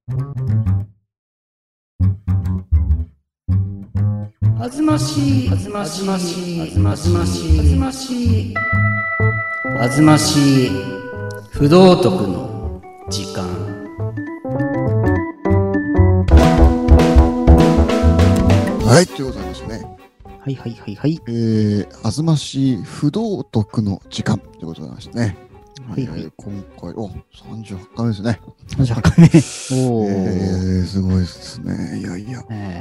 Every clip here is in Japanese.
あずましい、あずましい、あずましい、あずましい、あずましい、不道徳の時間。 はい、ということでですね。 はいはいはいはい。 あずましい不道徳の時間ということでございましてね。 はいはい。 今回、38回目ですね。 38回目。おー。 すごいですね。いやいや。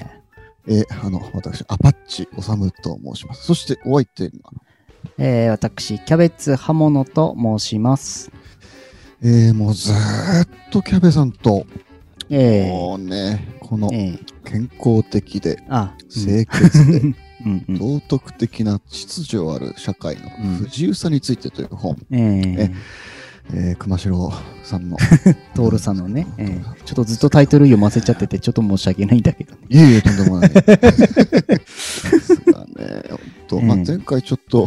私、アパッチおさむと申します。そして、お相手が、 私、キャベツ刃物と申します。 もうずーっとキャベさんと、もうね、この健康的で、清潔で、道徳的な秩序ある社会の不自由さについてという本、熊代さんの徹さんのね、ちょっとずっとタイトル読ませちゃっててちょっと申し訳ないんだけどね。 いえいえ、とんでもない。ですがね、前回ちょっと、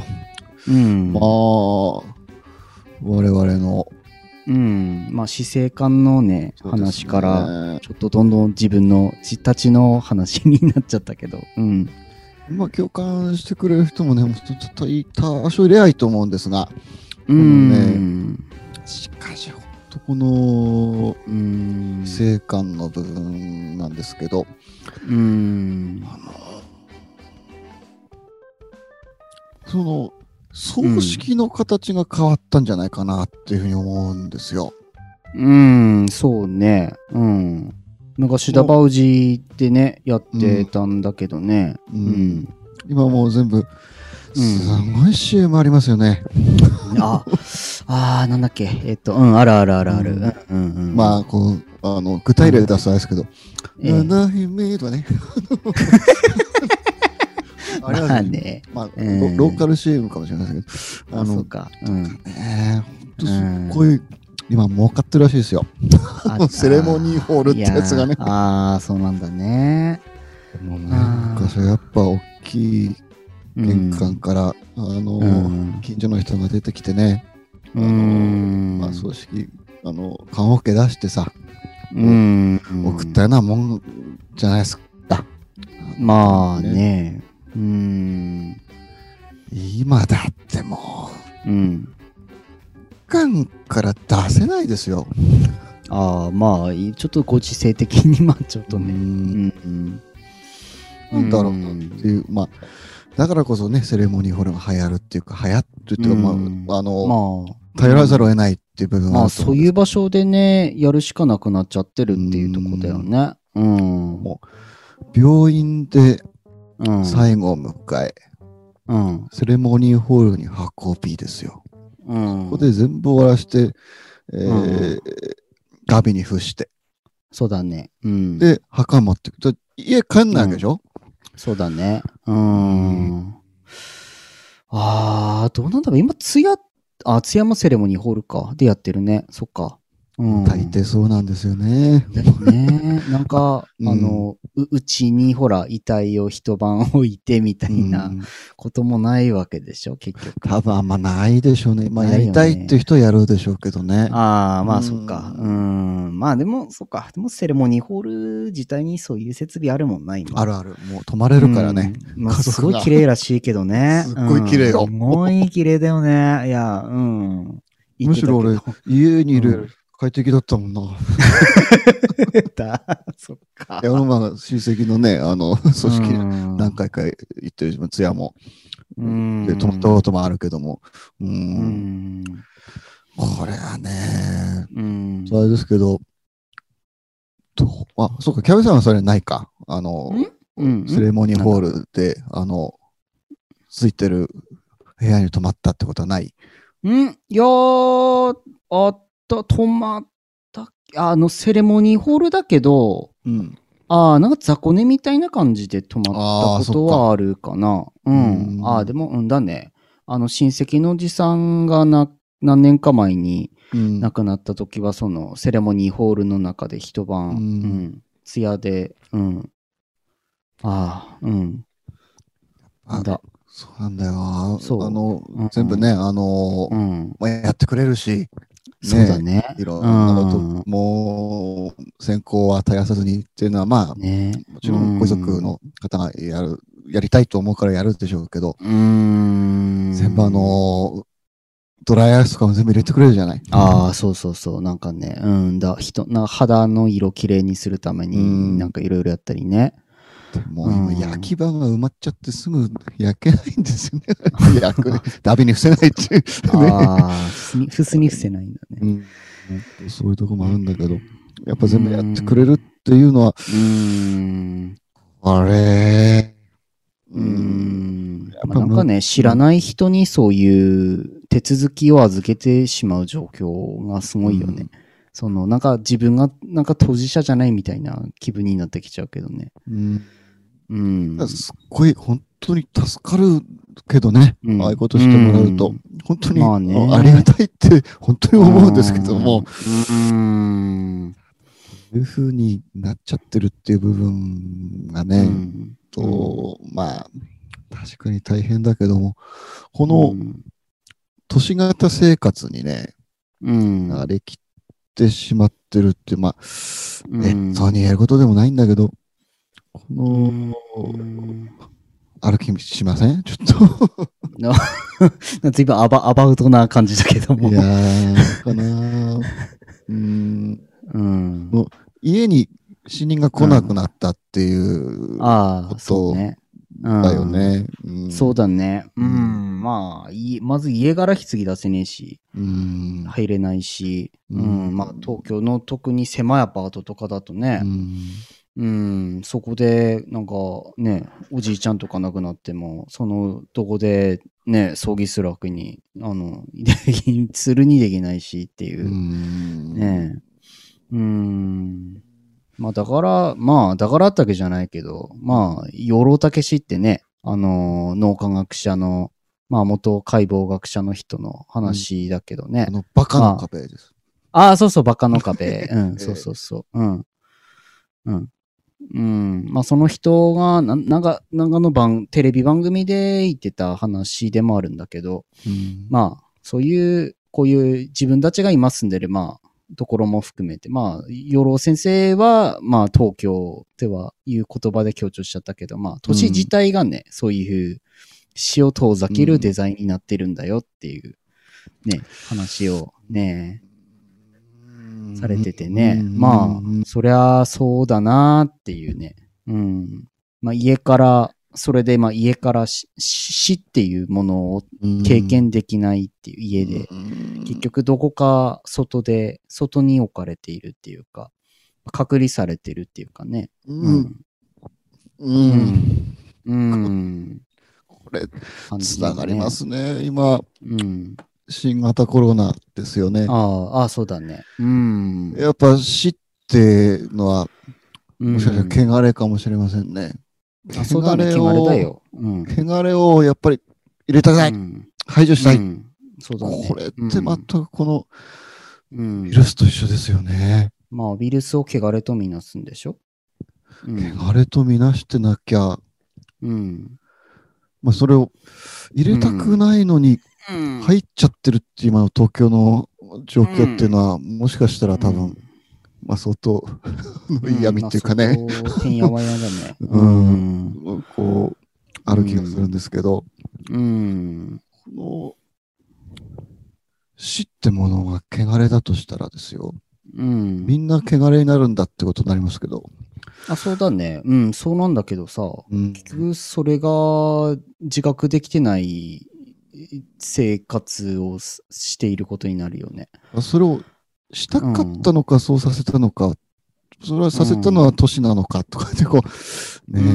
我々の死生観のね、話からちょっとどんどん自分のたちの話になっちゃったけど、 共感してくれる人もね、ちょっと多少レアいと思うんですが、しかし本当この生観の部分なんですけど、その葬式の形が変わったんじゃないかなっていうふうに思うんですよ。 そうね。なんかシダバウジでね、やってたんだけどね。 今もう全部、すごい CM ありますよね。 なんだっけ。あるあるあるある。 具体例出すとあれですけど、7姫とかね。あれはね、ローカル CM かもしれないですけど、 そうか。 ほんとすっごい、今儲かってるらしいですよ。セレモニーホールってやつがね。 そうなんだね。 昔はやっぱ大きい玄関から近所の人が出てきてね、葬式棺桶出してさ、送ったようなもんじゃないですか。 まあね。 今だってもう玄関から出せないですよ。 ちょっとご時世的にちょっとね。 なんだろうなっていう、だからこそね、セレモニーホールが流行るっていうか、流行るっていうか、頼らざるを得ないっていう部分はそういう場所でね、やるしかなくなっちゃってるっていうところだよね。 もう、病院で最後を迎え、セレモニーホールに運びですよ。そこで全部終わらして、ガビに付して。 そうだね。 で、墓持ってく。家帰んないわけでしょ？ そうだね。どうなんだろう。今、津山もセレモニーホールか。でやってるね。そっか。 大抵そうなんですよね。 なんか、うちにほら、遺体を一晩置いてみたいなこともないわけでしょ、結局。 多分あんまないでしょうね。やりたいっていう人はやるでしょうけどね。 そっか。でも、そっか。でも、セレモニーホール自体にそういう設備あるもんないもん。 あるある。もう泊まれるからね。 すごい綺麗らしいけどね。 すっごい綺麗よ。 すごい綺麗だよね。いや、 むしろ俺、家にいる快適だったもんな。 そっか。 親戚のね、組織何回か行ってる津屋も。で、泊まったこともあるけども。これはね、あれですけど、そうか、キャベさんはそれないか。セレモニーホールで、ついてる部屋に泊まったってことはない？ いやー、泊まった、セレモニーホールだけど、なんか雑魚寝みたいな感じで泊まったことはあるかな。でも、だね。親戚のおじさんが何年か前に亡くなった時は、そのセレモニーホールの中で一晩、ツヤで、 そうなんだよ。全部ね、やってくれるし、 そうだね。 いろんなこと、もう、 先行は絶やさずにっていうのは、まあ、ね、もちろんご遺族の方がやりたいと思うからやるでしょうけど、全部ドライアイスとかも全部入れてくれるじゃない。 ああ、そうそうそう。なんかね、肌の色きれいにするために、なんかいろいろやったりね。 でも今焼き場が埋まっちゃってすぐ焼けないんですよね。ダビに伏せないっていう、 ね。ああ、ふすに伏せないんだね。 そういうとこもあるんだけど、やっぱ全部やってくれるっていうのは、あれなんかね、知らない人にそういう手続きを預けてしまう状況がすごいよね。なんか自分がなんか当事者じゃないみたいな気分になってきちゃうけどね。 すっごい本当に助かるけどね、ああいうことしてもらうと、本当に、ありがたいって本当に思うんですけども、いう風になっちゃってるっていう部分がね、まあ、確かに大変だけども、この都市型生活にね、慣れきってしまってるって、まあ、そうにやることでもないんだけど、この、歩きしませんちょっと。随分アバウトな感じだけども。 いやー、かなもう家に死人が来なくなったっていうことだよね。 そうだね。まあ、まず家から棺出せねえし、入れないし、まあ東京の特に狭いアパートとかだとね、そこでなんかね、おじいちゃんとか亡くなっても、どこでね、葬儀するわけに、するにできないしっていう。ねまあだからあったわけじゃないけど、まあ、養老たけしってね、脳科学者の、まあ元解剖学者の人の話だけどね。 バカの壁です。 そうそう、バカの壁。そうそうそう。まあその人が、なんかのテレビ番組で言ってた話でもあるんだけど、まあ、こういう自分たちが今住んでる、まあ、ところも含めて、まあ、養老先生は、まあ、東京ではいう言葉で強調しちゃったけど、まあ、都市自体がね、そういう死を遠ざけるデザインになってるんだよっていう、ね、話をね、されててね。まあ、そりゃそうだなっていうね。まあ家から、それでまあ家から死っていうものを経験できないっていう家で、結局どこか外に置かれているっていうか、隔離されてるっていうかね。 これ、つながりますね。今、新型コロナですよね。 そうだね。 やっぱ死ってのは、もしかしたら汚れかもしれませんね。 そうだね、汚れだよ。 汚れをやっぱり入れたくない。排除したい。 そうだね。 これって全くこの、ウイルスと一緒ですよね。 まあ、ウイルスを汚れとみなすんでしょ。 汚れとみなしてなきゃ、まあそれを入れたくないのに、入っちゃってるっていう今の東京の状況っていうのは、もしかしたら多分、まあ相当嫌味っていうかね。 てんやわやだね。 こう、ある気がするんですけど、この死ってものが汚れだとしたらですよ。みんな汚れになるんだってことになりますけど。 そうだね。そうなんだけどさ、結局それが自覚できてない生活をしていることになるよね。 それをしたかったのか、そうさせたのか、それはさせたのは都市なのかとかってこう、ね。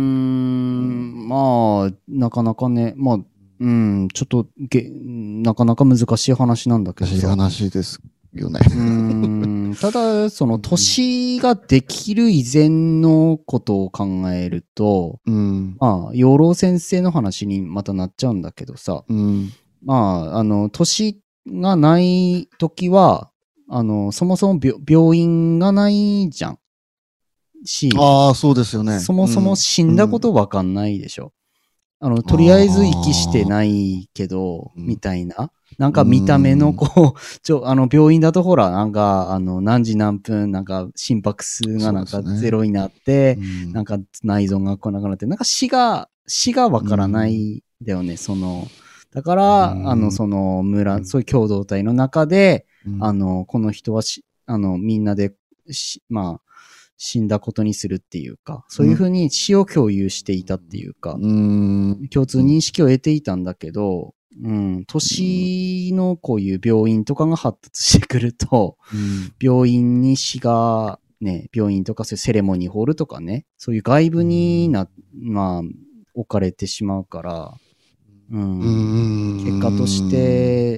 まあ、なかなかね、まあ、ちょっとなかなか難しい話なんだけどさ。 難しい話ですよね。 ただ、その都市ができる以前のことを考えると、まあ、養老先生の話にまたなっちゃうんだけどさ、まあ、都市がないときは、そもそも病院がないじゃん。 そうですよね。 そもそも死んだことわかんないでしょ。 とりあえず息してないけど、みたいな。なんか見た目の病院だとほら、なんか、何時何分、なんか心拍数がなんかゼロになって、なんか内臓が来なくなって、なんか死がわからないんだよね、だから、そういう共同体の中で、この人はみんなで、まあ、死んだことにするっていうか、そういうふうに死を共有していたっていうか、共通認識を得ていたんだけど、都市のこういう病院とかが発達してくると、病院に死が、ね、病院とかそういうセレモニーホールとかね、そういう外部に置かれてしまうから、結果として、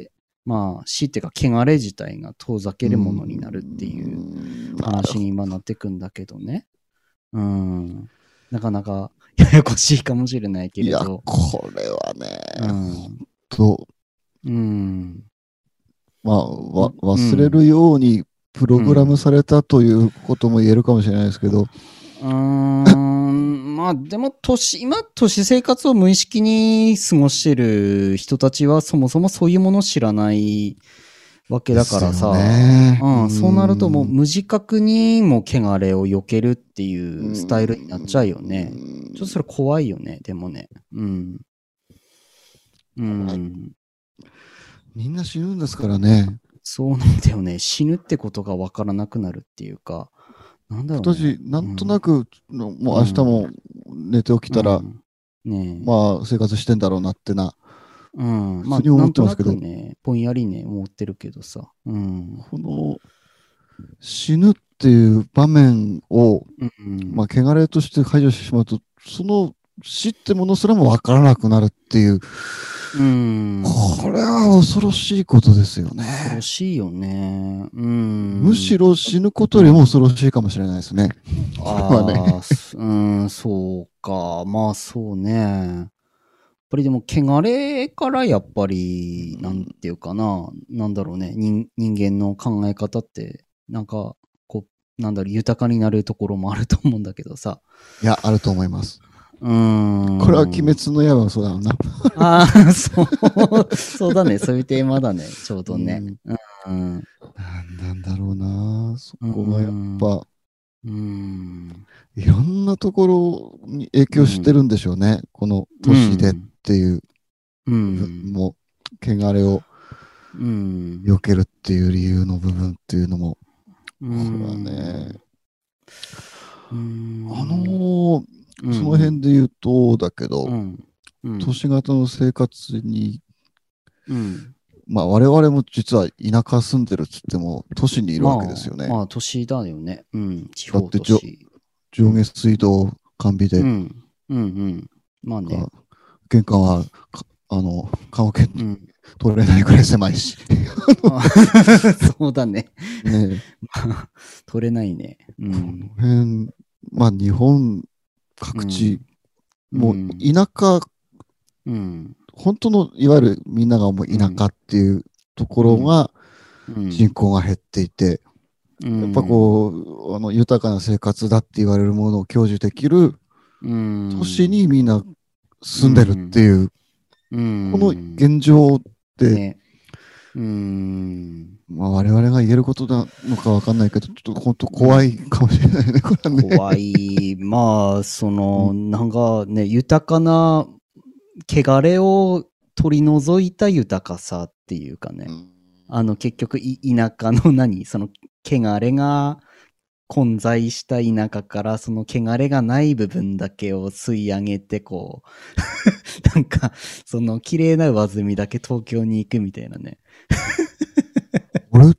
死っていうか、汚れ自体が遠ざけるものになるっていう話に今なってくんだけどね。なかなかややこしいかもしれないけれど。いや、 これはね、忘れるようにプログラムされたということも言えるかもしれないですけど。 でも今、都市生活を無意識に過ごしてる人たちはそもそもそういうものを知らないわけだからさ、そうなるともう無自覚にも汚れを避けるっていうスタイルになっちゃうよね。ちょっとそれ怖いよね、でもね。 みんな死ぬんですからね。 そうなんだよね。死ぬってことが分からなくなるっていうか、なんだろうね。 なんとなく、もう明日も寝て起きたら、生活してんだろうなってな。普通に思ってますけど。 ね、ぼんやりね、思ってるけどさ。この、死ぬっていう場面を、汚れとして排除してしまうと、その死ってものすらも分からなくなるっていう。これは恐ろしいことですよね。 恐ろしいよね。 むしろ死ぬことよりも恐ろしいかもしれないですね。 そうか。そうね。やっぱりでも、汚れからやっぱり、なんていうかな、なんだろうね、人間の考え方って、なんか、豊かになるところもあると思うんだけどさ。 いや、あると思います。これは鬼滅の刃もそうだろうな。 そうだね。そういうテーマだね。ちょうどね。 なんだろうな。そこがやっぱ、いろんなところに影響してるんでしょうね。この都市でっていう、もう、汚れを避けるっていう理由の部分っていうのも、これはね、その辺で言うと、だけど、都市型の生活に、我々も実は田舎住んでるっつっても、都市にいるわけですよね。 都市だよね。地方都市。 だって上下水道完備で。 まあね。 玄関は、棺桶取れないくらい狭いし。 そうだね。取れないね。 この辺、日本各地、もう田舎、本当のいわゆるみんなが思う田舎っていうところが人口が減っていて、やっぱ豊かな生活だって言われるものを享受できる都市にみんな住んでるっていう、この現状って、我々が言えることなのか分かんないけど、ちょっと本当怖いかもしれないね、これね。 怖い。なんかね、豊かな汚れを取り除いた豊かさっていうかね。結局、田舎の汚れが混在した田舎から、その汚れがない部分だけを吸い上げて、なんか、綺麗な上澄みだけ東京に行くみたいなね。 これって、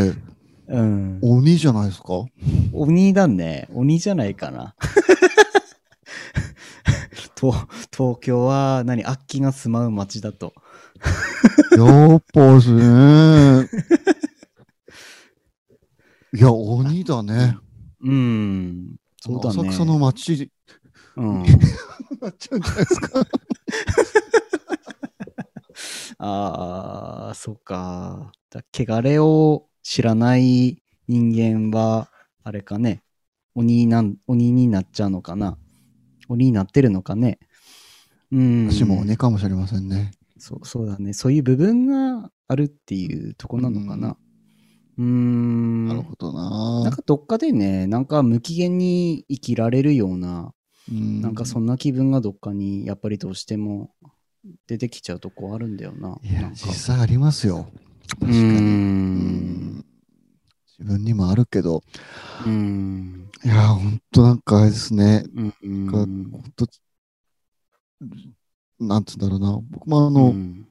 鬼じゃないですか？ 鬼だね。鬼じゃないかな。東京は悪鬼が住まう街だと。 やっぱですね。いや、鬼だね。 そうだね。 浅草の街、なっちゃうんじゃないですか。 そうか。汚れを知らない人間は、あれかね。鬼になっちゃうのかな。鬼になってるのかね。 私もね、かもしれませんね。 そうだね。そういう部分があるっていうとこなのかな。 なるほどな。 なんかどっかでね、なんか無期限に生きられるような、なんかそんな気分がどっかにやっぱりどうしても出てきちゃうとこあるんだよな。 いや、実際ありますよ。確かに。自分にもあるけど。いや、ほんとなんかあれですね。なんつうんだろうな。僕も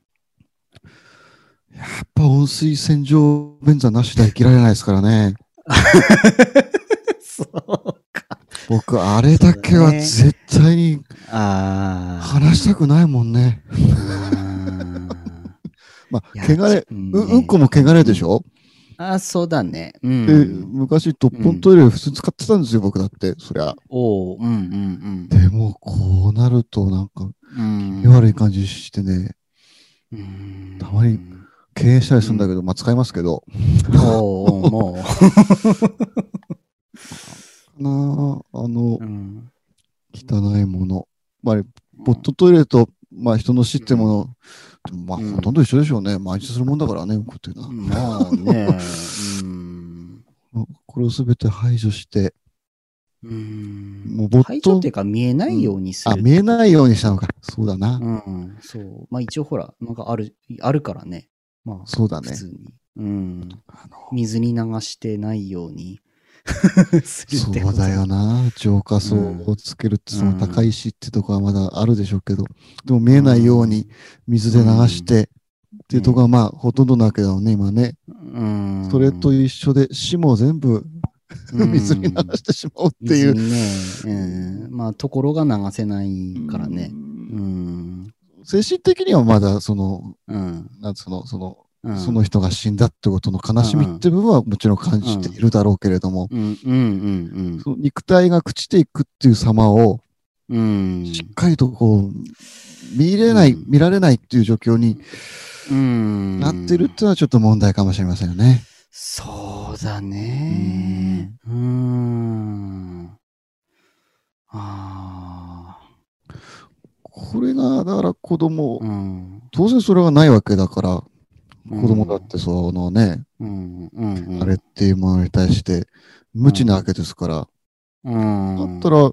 やっぱ温水洗浄便座なしでは生きられないですからね。 そうか。 僕、あれだけは絶対に話したくないもんね。まあ、汚れ、うんこも汚れでしょ？ そうだね。 で、昔、トッポントイレ普通使ってたんですよ、僕だって、そりゃ。でも、こうなると、なんか、気味悪い感じしてね、たまに経営したりするんだけど、まあ、使いますけど。 もう。 汚いもの。まあ、ポットトイレと、まあ、人の死ってもの、まあ、ほとんど一緒でしょうね。毎日するもんだからね、うんこっていうのは。 まあね。 これをすべて排除して、 もう排除っていうか見えないようにする。 見えないようにしたのか。そうだな。 そう。まあ一応ほら、なんかあるからね。まあ、 そうだね。 普通に。水に流してないようにするってこと。そうだよな。浄化層をつけるってその高い石ってとこはまだあるでしょうけど、でも見えないように水で流してっていうとこはまあほとんどなわけだもんね、今ね。それと一緒で死も全部水に流してしまうっていう。 水にね。まあところが流せないからね。 精神的にはまだその、その人が死んだってことの悲しみって部分はもちろん感じているだろうけれども、その肉体が朽ちていくっていう様を、しっかりとこう、見られないっていう状況になってるっていうのはちょっと問題かもしれませんよね。 そうだね。 これが、だから子供、当然それはないわけだから、子供だってそのね、あれっていうものに対して無知なわけですから、だったら、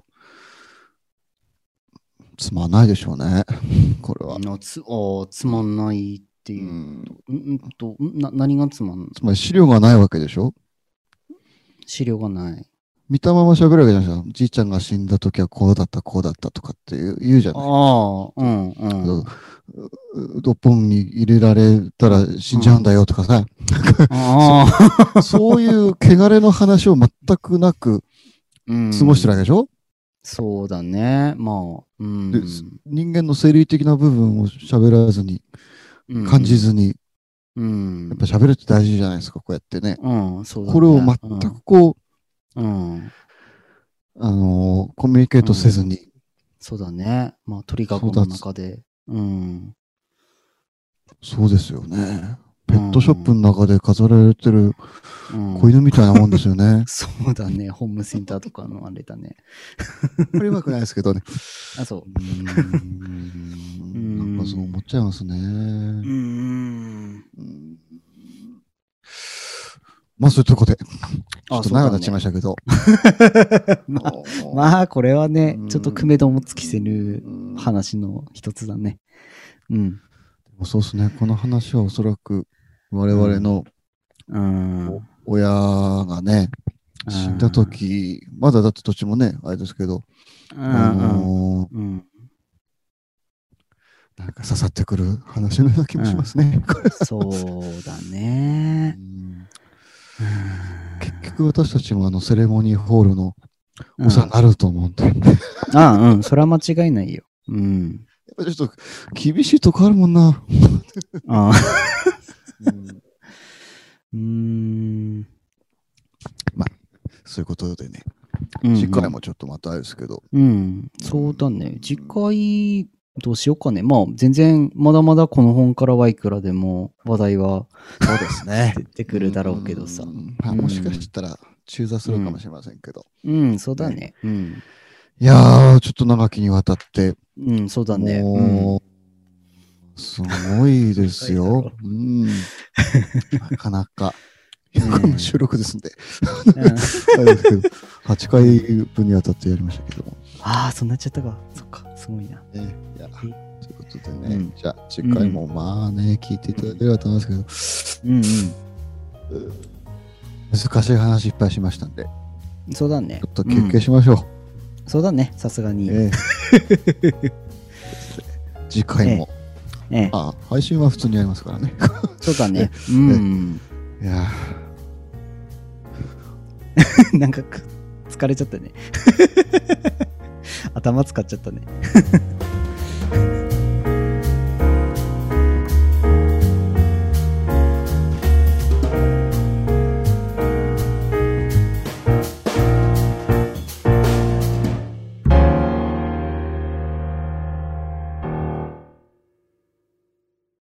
つまんないでしょうね、これは。 つまんないっていう。何がつまんない？ つまり資料がないわけでしょ？ 資料がない。 見たまま喋るわけじゃないですか。じいちゃんが死んだ時はこうだった、こうだったとかって言うじゃない。ドッポンに入れられたら死んじゃうんだよとかさ。そういう汚れの話を全くなく過ごしてるわけでしょ？ そうだね。まあ、 で人間の生理的な部分を喋らずに、感じずに、やっぱ喋るって大事じゃないですか、こうやってね。これを全くこう、コミュニケートせずに。 そうだね。まあ、鳥かごの中で。 そうですよね。ペットショップの中で飾られてる子犬みたいなもんですよね。 そうだね。ホームセンターとかのあれだね。 あれうまくないですけどね。 そう。 なんかそう思っちゃいますね。まあそういうとこで、ちょっと長くなっちゃいましたけど。 まあこれはね、ちょっとくめどもつきせぬ話の一つだね。 そうですね。この話はおそらく我々の親がね、死んだ時、まだだってどっちもね、あれですけど、なんか刺さってくる話のような気もしますね。 そうだね。 結局私たちもセレモニーホールのお世話になると思うんで。 それは間違いないよ。やっぱりちょっと厳しいとこあるもんな。まあ、そういうことでね。次回もちょっとまたあれですけど。 そうだね。次回、どうしようかね。まあ、全然、まだまだこの本からはいくらでも話題は、 そうですね。 出てくるだろうけどさ。 もしかしたら中座するかもしれませんけど。 そうだね。 いやー、ちょっと長きにわたって。 うん、そうだね。 もう、すごいですよ。うん。なかなか。この収録ですんで。8回分にわたってやりましたけども。 ああ、そうなっちゃったか。そっか、すごいな。 いや、ということでね、じゃあ次回もまあね、聞いていただければと思いますけど、難しい話いっぱいしましたんで。 そうだね。 ちょっと休憩しましょう。 そうだね、さすがに。 次回も。配信は普通にやりますからね。 そうだね。 いやなんか疲れちゃったね。頭使っちゃったね。